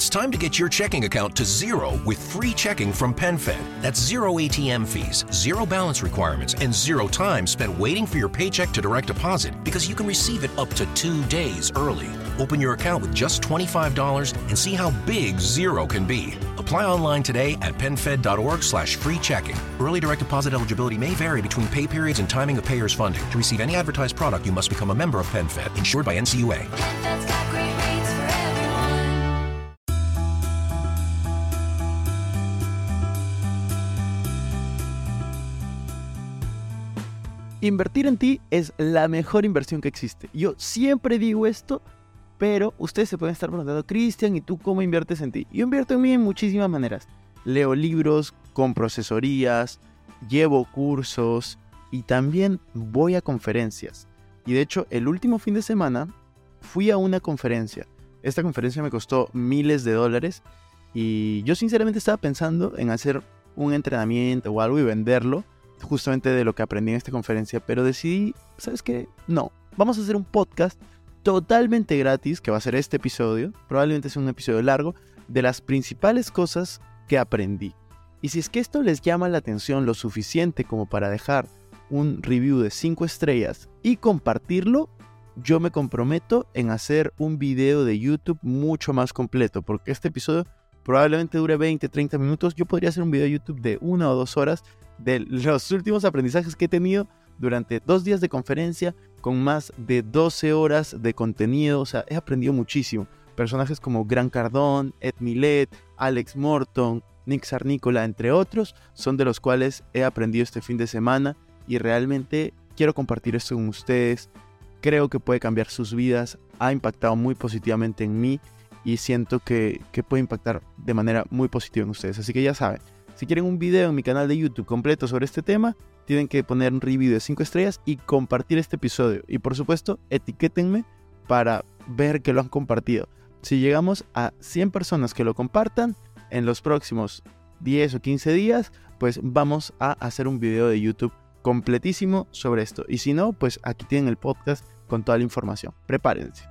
It's time to get your checking account to zero with free checking from PenFed. That's zero ATM fees, zero balance requirements, and zero time spent waiting for your paycheck to direct deposit because you can receive it up to 2 days early. Open your account with just $25 and see how big zero can be. Apply online today at PenFed.org/free checking. Early direct deposit eligibility may vary between pay periods and timing of payer's funding. To receive any advertised product, you must become a member of PenFed, insured by NCUA. PenFed's got great rates for everyone. Invertir en ti es la mejor inversión que existe. Yo siempre digo esto, pero ustedes se pueden estar preguntando, Cristian, ¿y tú cómo inviertes en ti? Yo invierto en mí en muchísimas maneras. Leo libros, compro asesorías, llevo cursos y también voy a conferencias. Y de hecho, el último fin de semana fui a una conferencia. Esta conferencia me costó miles de dólares y yo sinceramente estaba pensando en hacer un entrenamiento o algo y venderlo, justamente de lo que aprendí en esta conferencia, pero decidí, ¿sabes qué? No, vamos a hacer un podcast totalmente gratis, que va a ser este episodio, probablemente sea un episodio largo, de las principales cosas que aprendí. Y si es que esto les llama la atención lo suficiente como para dejar un review de 5 estrellas y compartirlo, yo me comprometo en hacer un video de YouTube mucho más completo, porque este episodio probablemente dure 20-30 minutos. Yo podría hacer un video de YouTube de 1 o 2 horas de los últimos aprendizajes que he tenido durante 2 días de conferencia con más de 12 horas de contenido. O sea, he aprendido muchísimo. Personajes como Grant Cardone, Ed Milet, Alex Morton, Nick Sarnícola, entre otros, son de los cuales he aprendido este fin de semana y realmente quiero compartir esto con ustedes. Creo que puede cambiar sus vidas, ha impactado muy positivamente en mí y siento que puede impactar de manera muy positiva en ustedes. Así que ya saben, si quieren un video en mi canal de YouTube completo sobre este tema, tienen que poner un review de 5 estrellas y compartir este episodio. Y por supuesto, etiquétenme para ver que lo han compartido. Si llegamos a 100 personas que lo compartan, en los próximos 10 o 15 días, pues vamos a hacer un video de YouTube completísimo sobre esto. Y si no, pues aquí tienen el podcast con toda la información. Prepárense.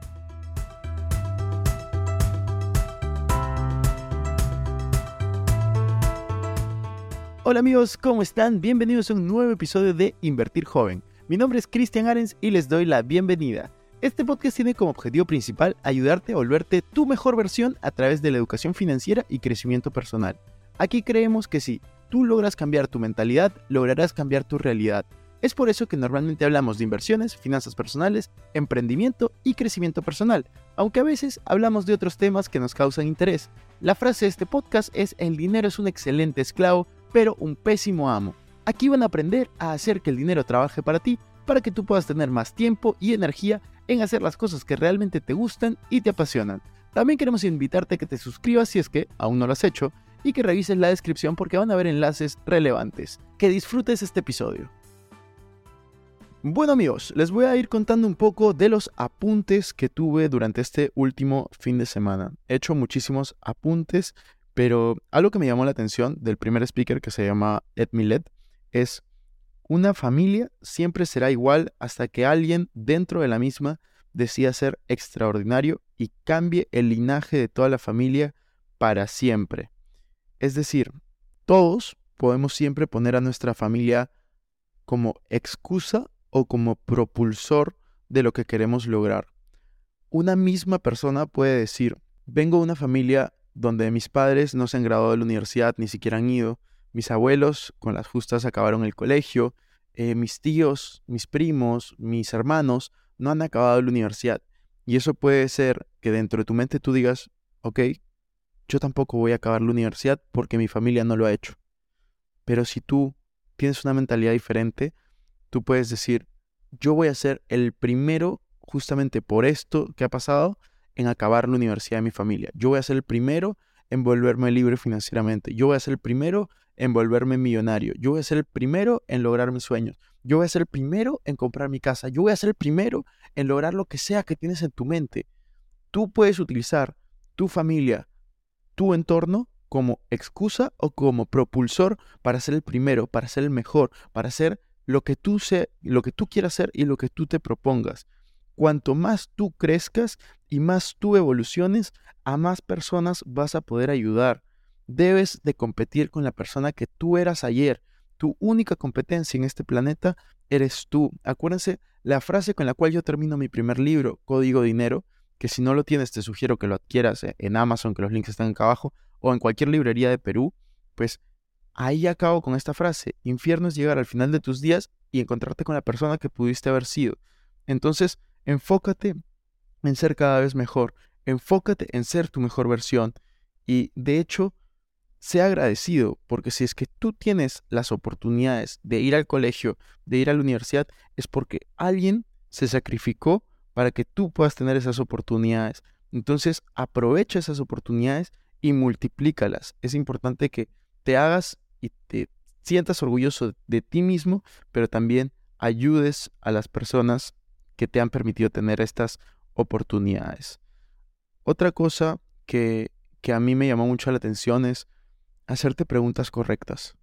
Hola amigos, ¿cómo están? Bienvenidos a un nuevo episodio de Invertir Joven. Mi nombre es Cristian Arens y les doy la bienvenida. Este podcast tiene como objetivo principal ayudarte a volverte tu mejor versión a través de la educación financiera y crecimiento personal. Aquí creemos que si tú logras cambiar tu mentalidad, lograrás cambiar tu realidad. Es por eso que normalmente hablamos de inversiones, finanzas personales, emprendimiento y crecimiento personal, aunque a veces hablamos de otros temas que nos causan interés. La frase de este podcast es: el dinero es un excelente esclavo, pero un pésimo amo. Aquí van a aprender a hacer que el dinero trabaje para ti, para que tú puedas tener más tiempo y energía en hacer las cosas que realmente te gustan y te apasionan. También queremos invitarte a que te suscribas si es que aún no lo has hecho y que revises la descripción porque van a haber enlaces relevantes. Que disfrutes este episodio. Bueno amigos, les voy a ir contando un poco de los apuntes que tuve durante este último fin de semana. He hecho muchísimos apuntes, pero algo que me llamó la atención del primer speaker, que se llama Ed Milet, es: una familia siempre será igual hasta que alguien dentro de la misma decida ser extraordinario y cambie el linaje de toda la familia para siempre. Es decir, todos podemos siempre poner a nuestra familia como excusa o como propulsor de lo que queremos lograr. Una misma persona puede decir: vengo de una familia donde mis padres no se han graduado de la universidad, ni siquiera han ido. Mis abuelos con las justas acabaron el colegio. Mis tíos, mis primos, mis hermanos no han acabado la universidad. Y eso puede ser que dentro de tu mente tú digas: ok, yo tampoco voy a acabar la universidad porque mi familia no lo ha hecho. Pero si tú tienes una mentalidad diferente, tú puedes decir: yo voy a ser el primero, justamente por esto que ha pasado, en acabar la universidad de mi familia. Yo voy a ser el primero en volverme libre financieramente. Yo voy a ser el primero en volverme millonario. Yo voy a ser el primero en lograr mis sueños. Yo voy a ser el primero en comprar mi casa. Yo voy a ser el primero en lograr lo que sea que tienes en tu mente. Tú puedes utilizar tu familia, tu entorno, como excusa o como propulsor para ser el primero, para ser el mejor, para hacer lo que tú quieras hacer y lo que tú te propongas. cuanto más tú crezcas y más tú evoluciones, a más personas vas a poder ayudar. Debes de competir con la persona que tú eras ayer. Tu única competencia en este planeta eres tú. Acuérdense la frase con la cual yo termino mi primer libro, Código Dinero, que si no lo tienes te sugiero que lo adquieras en Amazon, que los links están acá abajo, o en cualquier librería de Perú. Pues ahí acabo con esta frase: infierno es llegar al final de tus días y encontrarte con la persona que pudiste haber sido. Entonces, enfócate en ser cada vez mejor, enfócate en ser tu mejor versión y de hecho, sea agradecido, porque si es que tú tienes las oportunidades de ir al colegio, de ir a la universidad, es porque alguien se sacrificó para que tú puedas tener esas oportunidades. Entonces, aprovecha esas oportunidades y multiplícalas. Es importante que te hagas y te sientas orgulloso de ti mismo, pero también ayudes a las personas que te han permitido tener estas oportunidades. Otra cosa que a mí me llamó mucho la atención es hacerte preguntas correctas.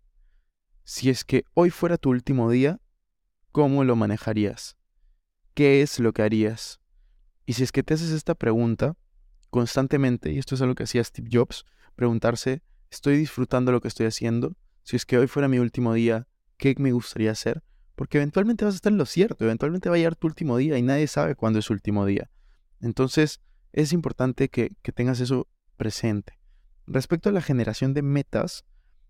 Si es que hoy fuera tu último día, ¿cómo lo manejarías? ¿Qué es lo que harías? Y si es que te haces esta pregunta constantemente, y esto es algo que hacía Steve Jobs, preguntarse, ¿estoy disfrutando lo que estoy haciendo? Si es que hoy fuera mi último día, ¿qué me gustaría hacer? Porque eventualmente vas a estar en lo cierto, eventualmente va a llegar tu último día y nadie sabe cuándo es su último día. Entonces, es importante que tengas eso presente. Respecto a la generación de metas,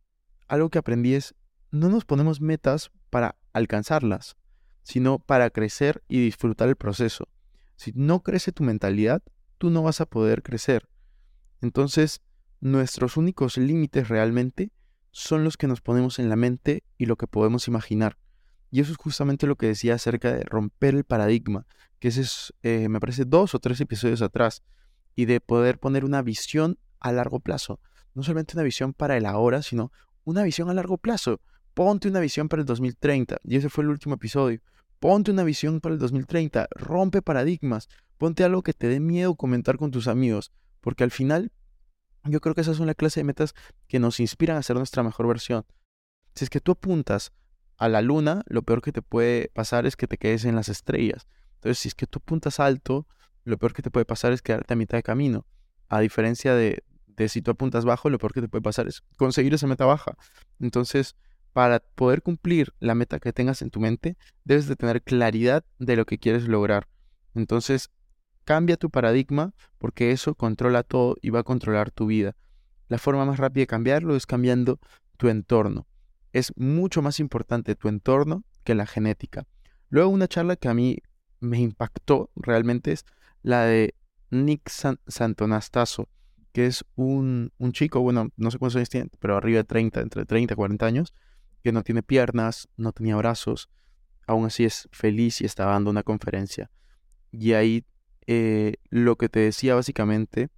algo que aprendí es, no nos ponemos metas para alcanzarlas, sino para crecer y disfrutar el proceso. Si no crece tu mentalidad, tú no vas a poder crecer. Entonces, nuestros únicos límites realmente son los que nos ponemos en la mente y lo que podemos imaginar. Y eso es justamente lo que decía acerca de romper el paradigma, que ese es, me parece, 2 o 3 episodios atrás, y de poder poner una visión a largo plazo. No solamente una visión para el ahora, sino una visión a largo plazo. Ponte una visión para el 2030, y ese fue el último episodio. Ponte una visión para el 2030, rompe paradigmas, ponte algo que te dé miedo comentar con tus amigos, porque al final yo creo que esas son la clase de metas que nos inspiran a ser nuestra mejor versión. Si es que tú apuntas a la luna, lo peor que te puede pasar es que te quedes en las estrellas. Entonces, si es que tú apuntas alto, lo peor que te puede pasar es quedarte a mitad de camino. A diferencia de si tú apuntas bajo, lo peor que te puede pasar es conseguir esa meta baja. Entonces, para poder cumplir la meta que tengas en tu mente, debes de tener claridad de lo que quieres lograr. Entonces, cambia tu paradigma porque eso controla todo y va a controlar tu vida. La forma más rápida de cambiarlo es cambiando tu entorno. Es mucho más importante tu entorno que la genética. Luego una charla que a mí me impactó realmente es la de Nick Santonastaso, que es un chico, bueno, no sé cuántos años tiene, pero arriba de 30, entre 30 y 40 años, que no tiene piernas, no tenía brazos, aún así es feliz y está dando una conferencia. Y ahí lo que te decía básicamente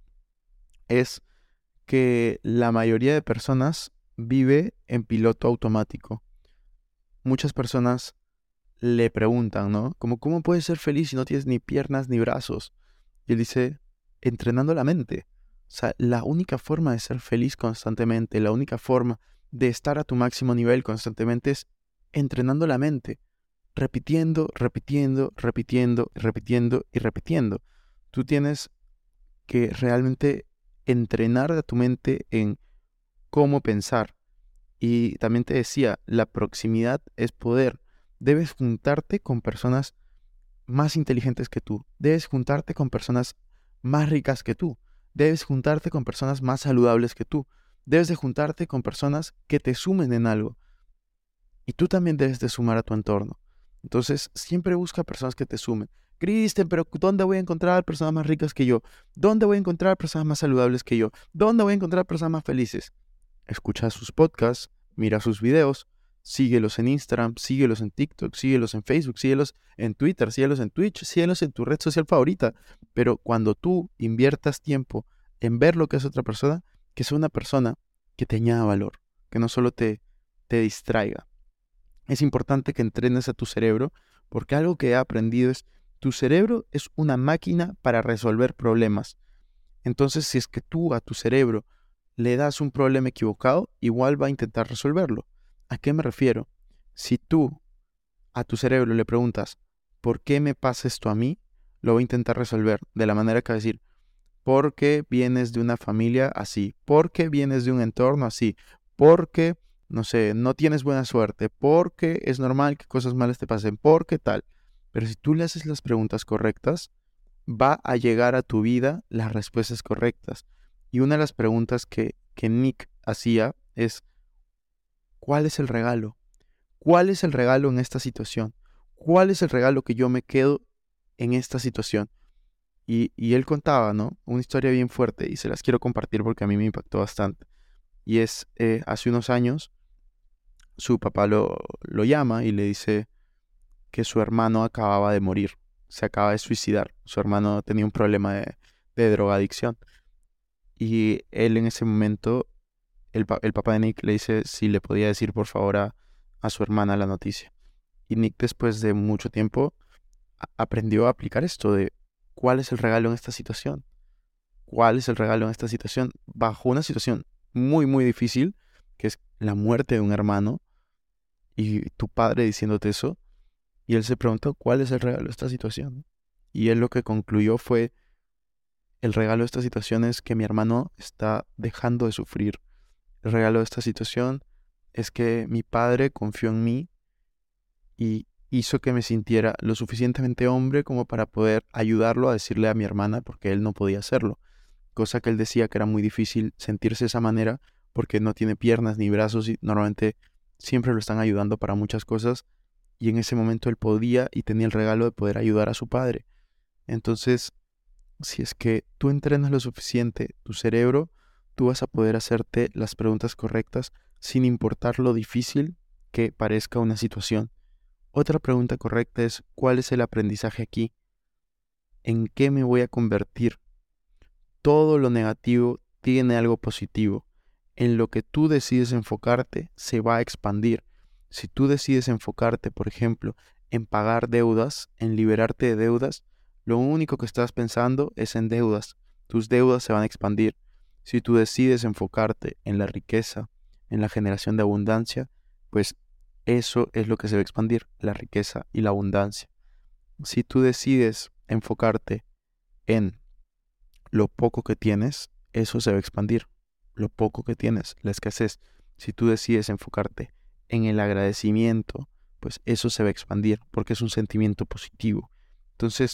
es que la mayoría de personas vive en piloto automático. Muchas personas le preguntan, ¿no? Como, ¿cómo puedes ser feliz si no tienes ni piernas ni brazos? Y él dice, entrenando la mente. O sea, la única forma de ser feliz constantemente, la única forma de estar a tu máximo nivel constantemente es entrenando la mente. Repitiendo, repitiendo, repitiendo, repitiendo y repitiendo. Tú tienes que realmente entrenar a tu mente en cómo pensar. Y también te decía, la proximidad es poder. Debes juntarte con personas más inteligentes que tú. Debes juntarte con personas más ricas que tú. Debes juntarte con personas más saludables que tú. Debes de juntarte con personas que te sumen en algo. Y tú también debes de sumar a tu entorno. Entonces, siempre busca personas que te sumen. Cristian, pero ¿dónde voy a encontrar personas más ricas que yo? ¿Dónde voy a encontrar personas más saludables que yo? ¿Dónde voy a encontrar personas más felices? Escucha sus podcasts, mira sus videos, síguelos en Instagram, síguelos en TikTok, síguelos en Facebook, síguelos en Twitter, síguelos en Twitch, síguelos en tu red social favorita. Pero cuando tú inviertas tiempo en ver lo que es otra persona, que sea una persona que te añada valor, que no solo te distraiga. Es importante que entrenes a tu cerebro, porque algo que he aprendido es, tu cerebro es una máquina para resolver problemas. Entonces, si es que tú a tu cerebro le das un problema equivocado, igual va a intentar resolverlo. ¿A qué me refiero? Si tú a tu cerebro le preguntas, ¿por qué me pasa esto a mí? lo va a intentar resolver de la manera que va a decir, porque vienes de una familia así, porque vienes de un entorno así, porque, no sé, no tienes buena suerte, porque es normal que cosas malas te pasen, porque tal. Pero si tú le haces las preguntas correctas, va a llegar a tu vida las respuestas correctas. Y una de las preguntas que Nick hacía es, ¿cuál es el regalo? ¿Cuál es el regalo en esta situación? ¿Cuál es el regalo que yo me quedo en esta situación? Y él contaba, ¿no? Una historia bien fuerte y se las quiero compartir porque a mí me impactó bastante. Y es, hace unos años, su papá lo llama y le dice que su hermano acababa de morir, se acaba de suicidar. Su hermano tenía un problema de drogadicción. Y él en ese momento, el papá de Nick le dice si le podía decir por favor a su hermana la noticia. Y Nick después de mucho tiempo aprendió a aplicar esto de cuál es el regalo en esta situación. ¿Cuál es el regalo en esta situación? Bajo una situación muy, muy difícil, que es la muerte de un hermano, y tu padre diciéndote eso, y él se preguntó, ¿cuál es el regalo de esta situación? Y él lo que concluyó fue, el regalo de esta situación es que mi hermano está dejando de sufrir. El regalo de esta situación es que mi padre confió en mí y hizo que me sintiera lo suficientemente hombre como para poder ayudarlo a decirle a mi hermana porque él no podía hacerlo. Cosa que él decía que era muy difícil sentirse de esa manera porque no tiene piernas ni brazos y normalmente siempre lo están ayudando para muchas cosas y en ese momento él podía y tenía el regalo de poder ayudar a su padre. Entonces, si es que tú entrenas lo suficiente tu cerebro, tú vas a poder hacerte las preguntas correctas sin importar lo difícil que parezca una situación. Otra pregunta correcta es, ¿cuál es el aprendizaje aquí? ¿En qué me voy a convertir? Todo lo negativo tiene algo positivo. En lo que tú decides enfocarte se va a expandir. Si tú decides enfocarte, por ejemplo, en pagar deudas, en liberarte de deudas, lo único que estás pensando es en deudas. Tus deudas se van a expandir. Si tú decides enfocarte en la riqueza, en la generación de abundancia, pues eso es lo que se va a expandir, la riqueza y la abundancia. Si tú decides enfocarte en lo poco que tienes, eso se va a expandir. Lo poco que tienes, la escasez. Si tú decides enfocarte en el agradecimiento, pues eso se va a expandir porque es un sentimiento positivo. Entonces,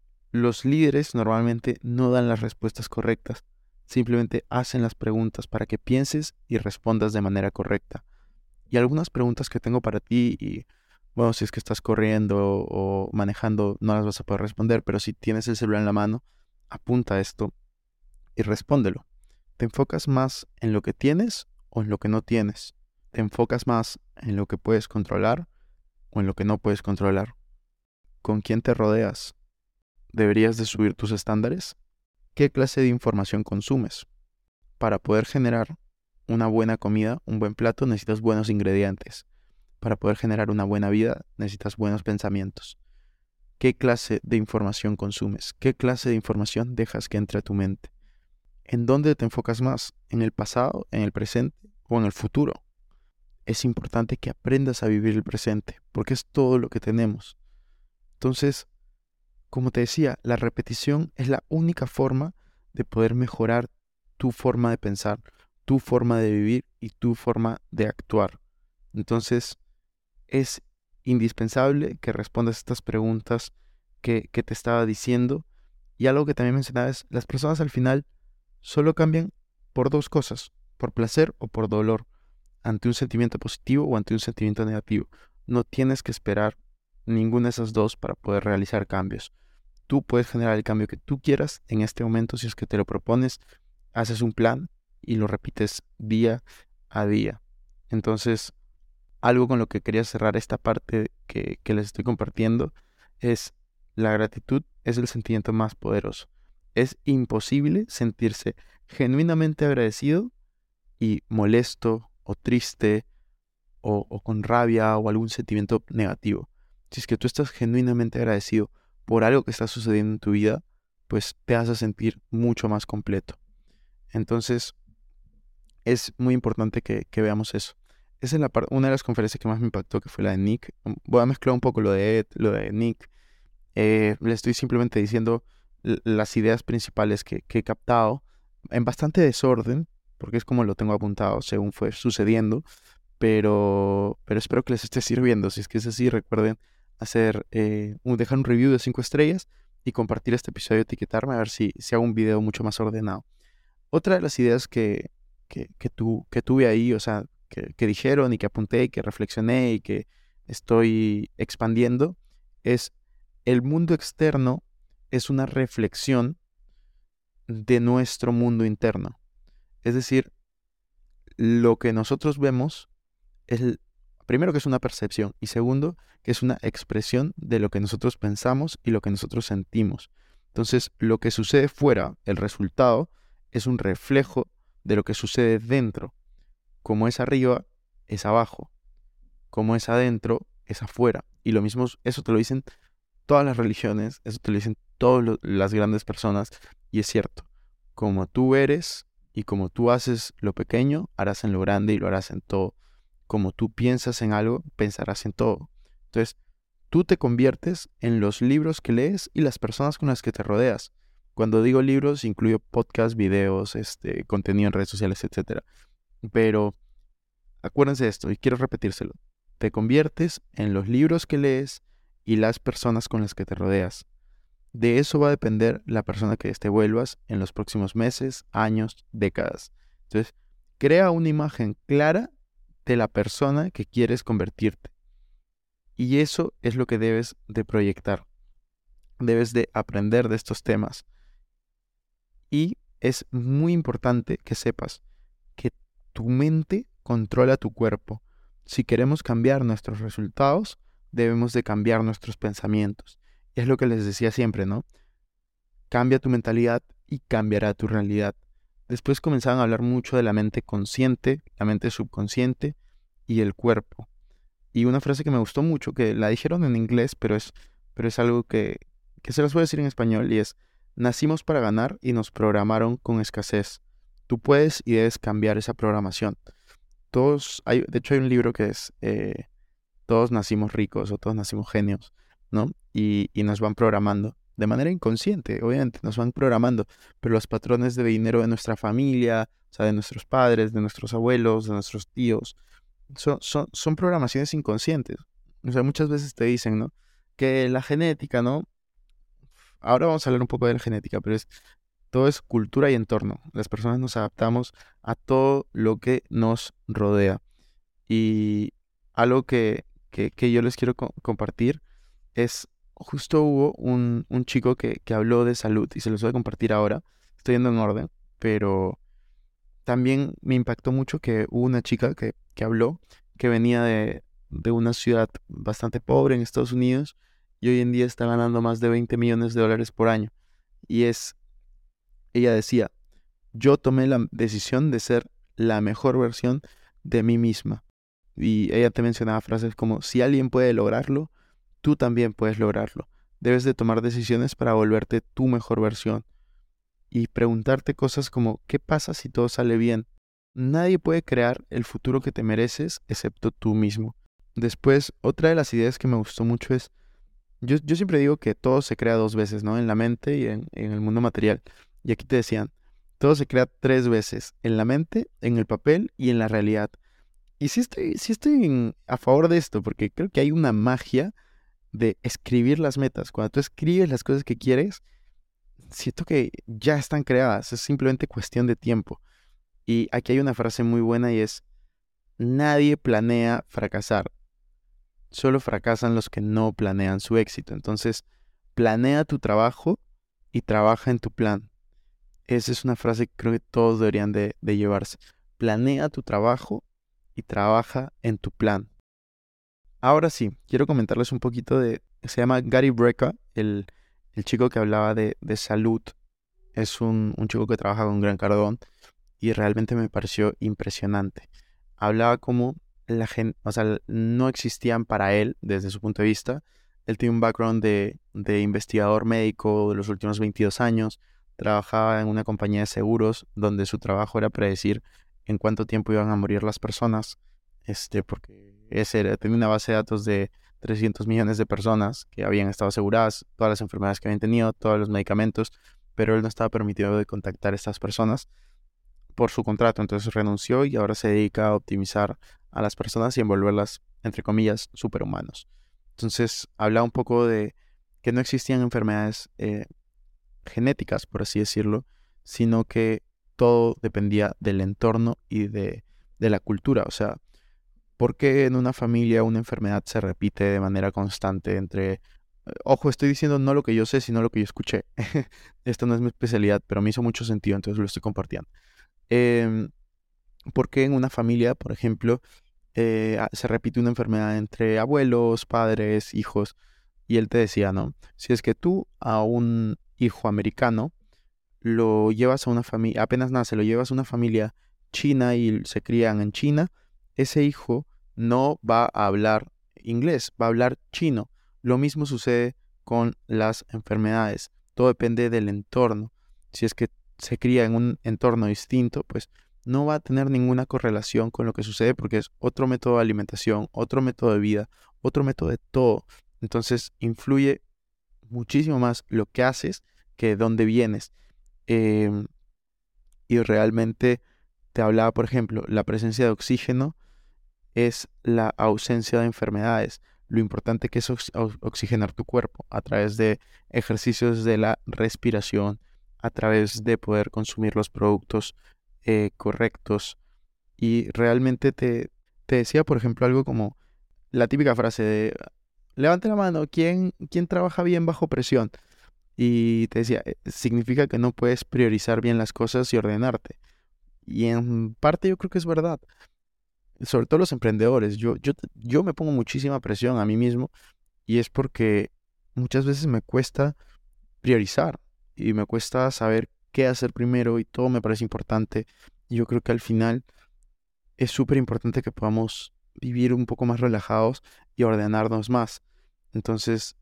los líderes normalmente no dan las respuestas correctas, simplemente hacen las preguntas para que pienses y respondas de manera correcta. Y algunas preguntas que tengo para ti, y bueno, si es que estás corriendo o manejando, no las vas a poder responder, pero si tienes el celular en la mano, apunta esto y respóndelo. ¿Te enfocas más en lo que tienes o en lo que no tienes? ¿Te enfocas más en lo que puedes controlar o en lo que no puedes controlar? ¿Con quién te rodeas? ¿Deberías de subir tus estándares? ¿Qué clase de información consumes? Para poder generar una buena comida, un buen plato, necesitas buenos ingredientes. Para poder generar una buena vida, necesitas buenos pensamientos. ¿Qué clase de información consumes? ¿Qué clase de información dejas que entre a tu mente? ¿En dónde te enfocas más? ¿En el pasado, en el presente o en el futuro? Es importante que aprendas a vivir el presente, porque es todo lo que tenemos. Entonces, como te decía, la repetición es la única forma de poder mejorar tu forma de pensar, tu forma de vivir y tu forma de actuar. Entonces, es indispensable que respondas estas preguntas que te estaba diciendo. Y algo que también mencionaba es, las personas al final solo cambian por dos cosas, por placer o por dolor, ante un sentimiento positivo o ante un sentimiento negativo. No tienes que esperar ninguna de esas dos para poder realizar cambios. Tú puedes generar el cambio que tú quieras en este momento si es que te lo propones, haces un plan y lo repites día a día. Entonces, algo con lo que quería cerrar esta parte que les estoy compartiendo es la gratitud es el sentimiento más poderoso. Es imposible sentirse genuinamente agradecido y molesto o triste o con rabia o algún sentimiento negativo. Si es que tú estás genuinamente agradecido por algo que está sucediendo en tu vida, pues te vas a sentir mucho más completo. Entonces, es muy importante que veamos eso. Esa es una de las conferencias que más me impactó, que fue la de Nick. Voy a mezclar un poco lo de Ed, lo de Nick Le estoy simplemente diciendo las ideas principales que he captado en bastante desorden, porque es como lo tengo apuntado según fue sucediendo, pero espero que les esté sirviendo. Si es que es así, recuerden dejar un review de 5 estrellas y compartir este episodio, etiquetarme a ver si hago un video mucho más ordenado. Otra de las ideas que tuve ahí, o sea, que dijeron y que apunté y que reflexioné y que estoy expandiendo, es el mundo externo es una reflexión de nuestro mundo interno. Es decir, lo que nosotros vemos primero que es una percepción y segundo que es una expresión de lo que nosotros pensamos y lo que nosotros sentimos. Entonces, lo que sucede fuera, el resultado, es un reflejo de lo que sucede dentro. Como es arriba, es abajo. Como es adentro, es afuera. Y lo mismo, eso te lo dicen todas las religiones, eso te lo dicen todas las grandes personas, y es cierto. Como tú eres y como tú haces lo pequeño, harás en lo grande y lo harás en todo. Como tú piensas en algo, pensarás en todo. Entonces, tú te conviertes en los libros que lees y las personas con las que te rodeas. Cuando digo libros, incluyo podcasts, videos, contenido en redes sociales, etc. Pero acuérdense de esto y quiero repetírselo. Te conviertes en los libros que lees y las personas con las que te rodeas. De eso va a depender la persona que te vuelvas en los próximos meses, años, décadas. Entonces, crea una imagen clara de la persona que quieres convertirte. Y eso es lo que debes de proyectar. Debes de aprender de estos temas. Y es muy importante que sepas que tu mente controla tu cuerpo. Si queremos cambiar nuestros resultados, debemos de cambiar nuestros pensamientos. Es lo que les decía siempre, ¿no? Cambia tu mentalidad y cambiará tu realidad. Después comenzaban a hablar mucho de la mente consciente, la mente subconsciente y el cuerpo. Y una frase que me gustó mucho, que la dijeron en inglés, pero es algo que se las voy a decir en español, y es: nacimos para ganar y nos programaron con escasez. Tú puedes y debes cambiar esa programación. De hecho hay un libro que es Todos nacimos ricos o todos nacimos genios, ¿no? Y nos van programando. De manera inconsciente, obviamente, nos van programando. Pero los patrones de dinero de nuestra familia, o sea, de nuestros padres, de nuestros abuelos, de nuestros tíos, son programaciones inconscientes. O sea, muchas veces te dicen, ¿no? Que la genética, ¿no? Ahora vamos a hablar un poco de la genética, pero todo es cultura y entorno. Las personas nos adaptamos a todo lo que nos rodea. Y algo que yo les quiero compartir es, justo hubo un chico que habló de salud y se los voy a compartir ahora. Estoy yendo en orden, pero también me impactó mucho que hubo una chica que habló, que venía de una ciudad bastante pobre en Estados Unidos y hoy en día está ganando más de $20 millones por año. Y ella decía: yo tomé la decisión de ser la mejor versión de mí misma. Y ella te mencionaba frases como: si alguien puede lograrlo, tú también puedes lograrlo. Debes de tomar decisiones para volverte tu mejor versión. Y preguntarte cosas como: ¿qué pasa si todo sale bien? Nadie puede crear el futuro que te mereces excepto tú mismo. Después, otra de las ideas que me gustó mucho es: yo siempre digo que todo se crea 2 veces, ¿no? En la mente y en el mundo material. Y aquí te decían: todo se crea 3 veces, en la mente, en el papel y en la realidad. Y sí estoy a favor de esto, porque creo que hay una magia de escribir las metas. Cuando tú escribes las cosas que quieres, siento que ya están creadas, es simplemente cuestión de tiempo. Y aquí hay una frase muy buena y es: nadie planea fracasar, solo fracasan los que no planean su éxito. Entonces, planea tu trabajo y trabaja en tu plan. Esa es una frase que creo que todos deberían de llevarse. Planea tu trabajo y trabaja en tu plan. Ahora sí, quiero comentarles un poquito se llama Gary Brecka, el chico que hablaba de salud. Es un chico que trabaja con Grant Cardone y realmente me pareció impresionante. Hablaba como la gente, o sea, no existían para él desde su punto de vista. Él tiene un background de investigador médico de los últimos 22 años. Trabajaba en una compañía de seguros donde su trabajo era predecir en cuánto tiempo iban a morir las personas, porque tenía una base de datos de 300 millones de personas que habían estado aseguradas, todas las enfermedades que habían tenido, todos los medicamentos, pero él no estaba permitido de contactar a estas personas por su contrato, entonces renunció y ahora se dedica a optimizar a las personas y envolverlas, entre comillas, superhumanos. Entonces, habla un poco de que no existían enfermedades genéticas, por así decirlo, sino que todo dependía del entorno y de la cultura. O sea, ¿por qué en una familia una enfermedad se repite de manera constante entre... Ojo, estoy diciendo no lo que yo sé, sino lo que yo escuché. Esta no es mi especialidad, pero me hizo mucho sentido, entonces lo estoy compartiendo. Em, ¿Por qué en una familia, por ejemplo, se repite una enfermedad entre abuelos, padres, hijos? Y él te decía, ¿no? Si es que tú a un hijo americano lo llevas a una familia, apenas nace, lo llevas a una familia china y se crían en China, ese hijo no va a hablar inglés, va a hablar chino. Lo mismo sucede con las enfermedades. Todo depende del entorno. Si es que se cría en un entorno distinto, pues no va a tener ninguna correlación con lo que sucede porque es otro método de alimentación, otro método de vida, otro método de todo. Entonces influye muchísimo más lo que haces que dónde vienes. Em, y realmente te hablaba, por ejemplo, la presencia de oxígeno es la ausencia de enfermedades. Lo importante que es oxigenar tu cuerpo a través de ejercicios de la respiración, a través de poder consumir los productos correctos. Y realmente te decía, por ejemplo, algo como la típica frase de levante la mano, ¿quién trabaja bien bajo presión? Y te decía, significa que no puedes priorizar bien las cosas y ordenarte. Y en parte yo creo que es verdad. Sobre todo los emprendedores. Yo me pongo muchísima presión a mí mismo y es porque muchas veces me cuesta priorizar y me cuesta saber qué hacer primero y todo me parece importante. Y yo creo que al final es súper importante que podamos vivir un poco más relajados y ordenarnos más. Entonces,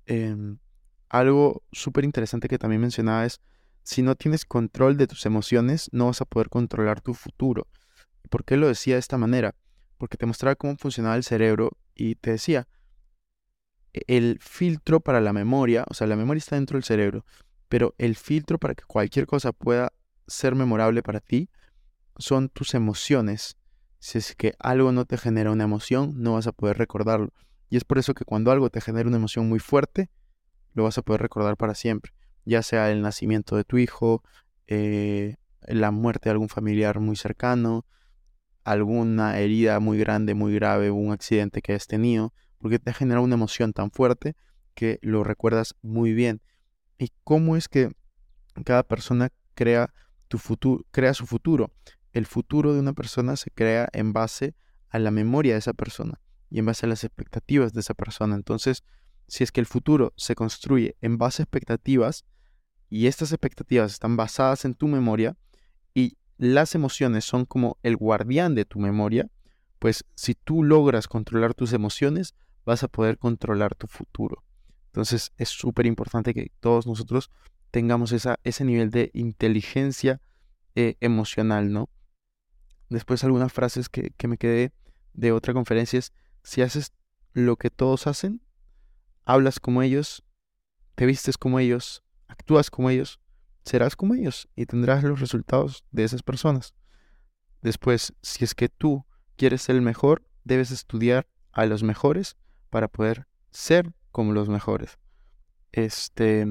algo súper interesante que también mencionaba es, si no tienes control de tus emociones, no vas a poder controlar tu futuro. ¿Por qué lo decía de esta manera? Porque te mostraba cómo funcionaba el cerebro y te decía, el filtro para la memoria, o sea, la memoria está dentro del cerebro, pero el filtro para que cualquier cosa pueda ser memorable para ti son tus emociones. Si es que algo no te genera una emoción, no vas a poder recordarlo. Y es por eso que cuando algo te genera una emoción muy fuerte, lo vas a poder recordar para siempre. Ya sea el nacimiento de tu hijo, la muerte de algún familiar muy cercano, alguna herida muy grande, muy grave, un accidente que hayas tenido, porque te ha generado una emoción tan fuerte que lo recuerdas muy bien. ¿Y cómo es que cada persona crea crea su futuro? El futuro de una persona se crea en base a la memoria de esa persona y en base a las expectativas de esa persona. Entonces, si es que el futuro se construye en base a expectativas y estas expectativas están basadas en tu memoria y las emociones son como el guardián de tu memoria, pues si tú logras controlar tus emociones, vas a poder controlar tu futuro. Entonces es súper importante que todos nosotros tengamos ese nivel de inteligencia emocional, ¿no? Después algunas frases que me quedé de otra conferencia es, si haces lo que todos hacen, hablas como ellos, te vistes como ellos, actúas como ellos, serás como ellos y tendrás los resultados de esas personas. Después, si es que tú quieres ser el mejor, debes estudiar a los mejores para poder ser como los mejores. Este,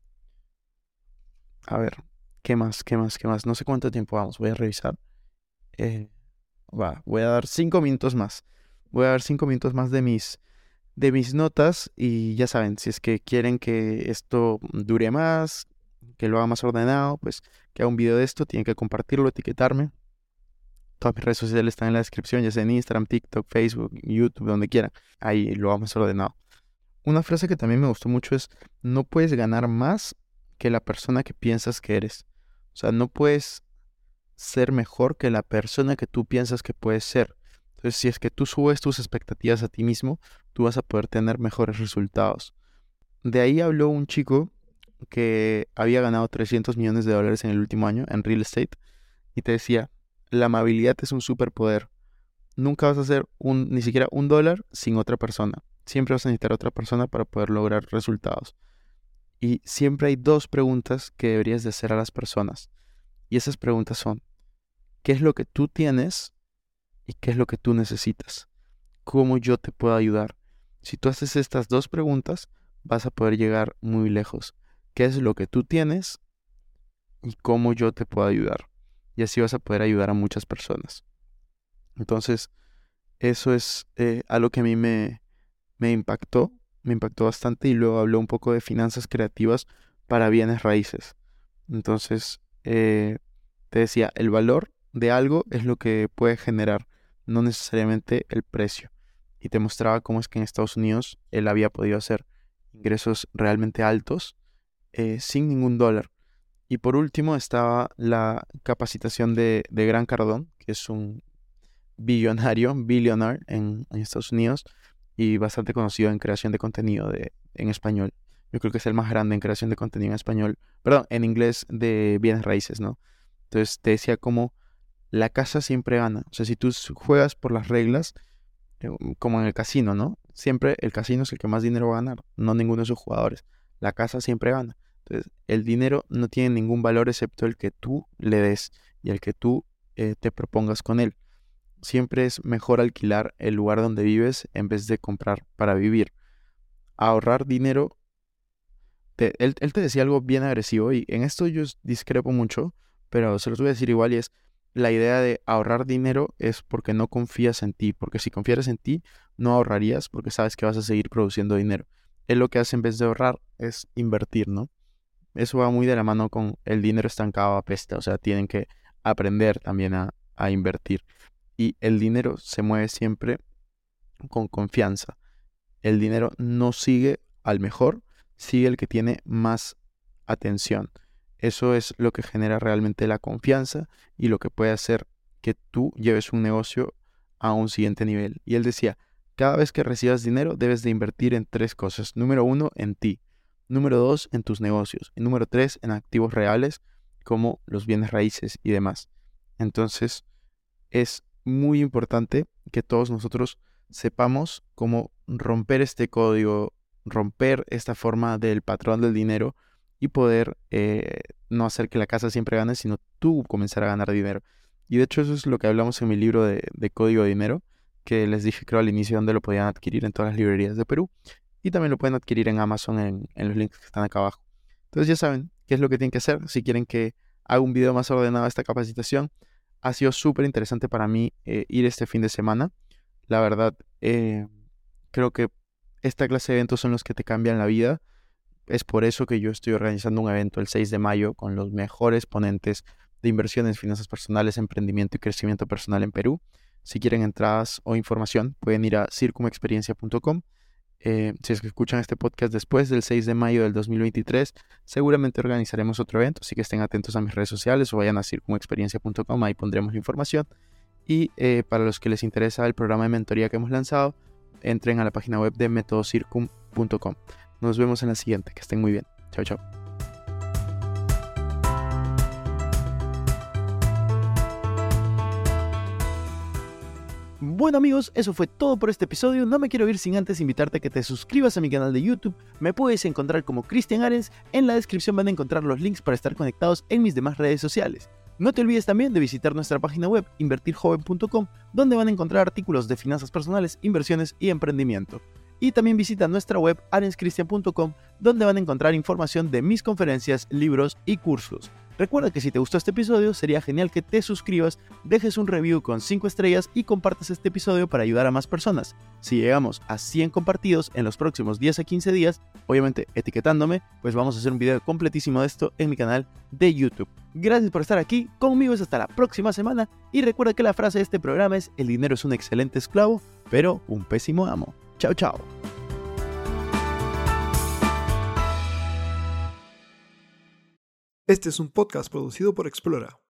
a ver, ¿qué más? ¿Qué más? ¿Qué más? No sé cuánto tiempo vamos, voy a revisar. Eh, voy a dar 5 minutos más. Voy a dar 5 minutos más de mis notas y ya saben, si es que quieren que esto dure más, que lo haga más ordenado, pues que haga un video de esto, tienen que compartirlo, etiquetarme. Todas mis redes sociales están en la descripción, ya sea en Instagram, TikTok, Facebook, YouTube, donde quieran. Ahí lo vamos ordenado. Una frase que también me gustó mucho es, no puedes ganar más que la persona que piensas que eres. O sea, no puedes ser mejor que la persona que tú piensas que puedes ser. Entonces, si es que tú subes tus expectativas a ti mismo, tú vas a poder tener mejores resultados. De ahí habló un chico que había ganado 300 millones de dólares en el último año en real estate y te decía, la amabilidad es un superpoder. Nunca vas a hacer ni siquiera $1 sin otra persona. siempre vas a necesitar a otra persona para poder lograr resultados. Y siempre hay 2 preguntas que deberías de hacer a las personas. Y esas preguntas son, ¿qué es lo que tú tienes y qué es lo que tú necesitas? ¿Cómo yo te puedo ayudar? Si tú haces estas 2 preguntas, vas a poder llegar muy lejos. ¿Qué es lo que tú tienes y cómo yo te puedo ayudar? Y así vas a poder ayudar a muchas personas. Entonces, eso es algo que a mí me impactó bastante, y luego habló un poco de finanzas creativas para bienes raíces. Entonces, te decía, el valor de algo es lo que puede generar, no necesariamente el precio. Y te mostraba cómo es que en Estados Unidos él había podido hacer ingresos realmente altos sin ningún dólar. Y por último estaba la capacitación de Grant Cardone, que es un billionaire en Estados Unidos y bastante conocido en creación de contenido en español. Yo creo que es el más grande en creación de contenido en español, perdón, en inglés, de bienes raíces, ¿no? Entonces te decía como la casa siempre gana. O sea, si tú juegas por las reglas, como en el casino, ¿no? Siempre el casino es el que más dinero va a ganar, no ninguno de sus jugadores. La casa siempre gana. Entonces, el dinero no tiene ningún valor excepto el que tú le des y el que tú te propongas con él. Siempre es mejor alquilar el lugar donde vives en vez de comprar para vivir. Ahorrar dinero. Él te decía algo bien agresivo y en esto yo discrepo mucho, pero se los voy a decir igual, y es la idea de ahorrar dinero es porque no confías en ti, porque si confiaras en ti no ahorrarías porque sabes que vas a seguir produciendo dinero. Él lo que hace en vez de ahorrar es invertir, ¿no? Eso va muy de la mano con el dinero estancado apesta, o sea, tienen que aprender también a invertir. Y el dinero se mueve siempre con confianza. El dinero no sigue al mejor, sigue el que tiene más atención. Eso es lo que genera realmente la confianza y lo que puede hacer que tú lleves un negocio a un siguiente nivel. Y él decía, cada vez que recibas dinero debes de invertir en 3 cosas. Número 1, en ti. Número 2, en tus negocios. Y número 3, en activos reales como los bienes raíces y demás. Entonces, es muy importante que todos nosotros sepamos cómo romper este código, romper esta forma del patrón del dinero y poder no hacer que la casa siempre gane, sino tú comenzar a ganar dinero. Y de hecho eso es lo que hablamos en mi libro de Código de Dinero, que les dije creo al inicio donde lo podían adquirir en todas las librerías de Perú. Y también lo pueden adquirir en Amazon en los links que están acá abajo. Entonces ya saben qué es lo que tienen que hacer si quieren que haga un video más ordenado de esta capacitación. Ha sido súper interesante para mí ir este fin de semana. La verdad, creo que esta clase de eventos son los que te cambian la vida. Es por eso que yo estoy organizando un evento el 6 de mayo con los mejores ponentes de inversiones, finanzas personales, emprendimiento y crecimiento personal en Perú. Si quieren entradas o información, pueden ir a circumexperiencia.com. Si es que escuchan este podcast después del 6 de mayo del 2023, seguramente organizaremos otro evento, así que estén atentos a mis redes sociales o vayan a circumexperiencia.com, ahí pondremos la información. Y para los que les interesa el programa de mentoría que hemos lanzado, entren a la página web de metodocircum.com. Nos vemos en la siguiente, que estén muy bien. Chao, chao. Bueno amigos, eso fue todo por este episodio. No me quiero ir sin antes invitarte a que te suscribas a mi canal de YouTube. Me puedes encontrar como Cristian Arens. En la descripción van a encontrar los links para estar conectados en mis demás redes sociales. No te olvides también de visitar nuestra página web invertirjoven.com, donde van a encontrar artículos de finanzas personales, inversiones y emprendimiento. Y también visita nuestra web arenscristian.com, donde van a encontrar información de mis conferencias, libros y cursos. Recuerda que si te gustó este episodio, sería genial que te suscribas, dejes un review con 5 estrellas y compartas este episodio para ayudar a más personas. Si llegamos a 100 compartidos en los próximos 10 a 15 días, obviamente etiquetándome, pues vamos a hacer un video completísimo de esto en mi canal de YouTube. Gracias por estar aquí, conmigo es hasta la próxima semana, y recuerda que la frase de este programa es: el dinero es un excelente esclavo, pero un pésimo amo. Chao, chao. Este es un podcast producido por Explora.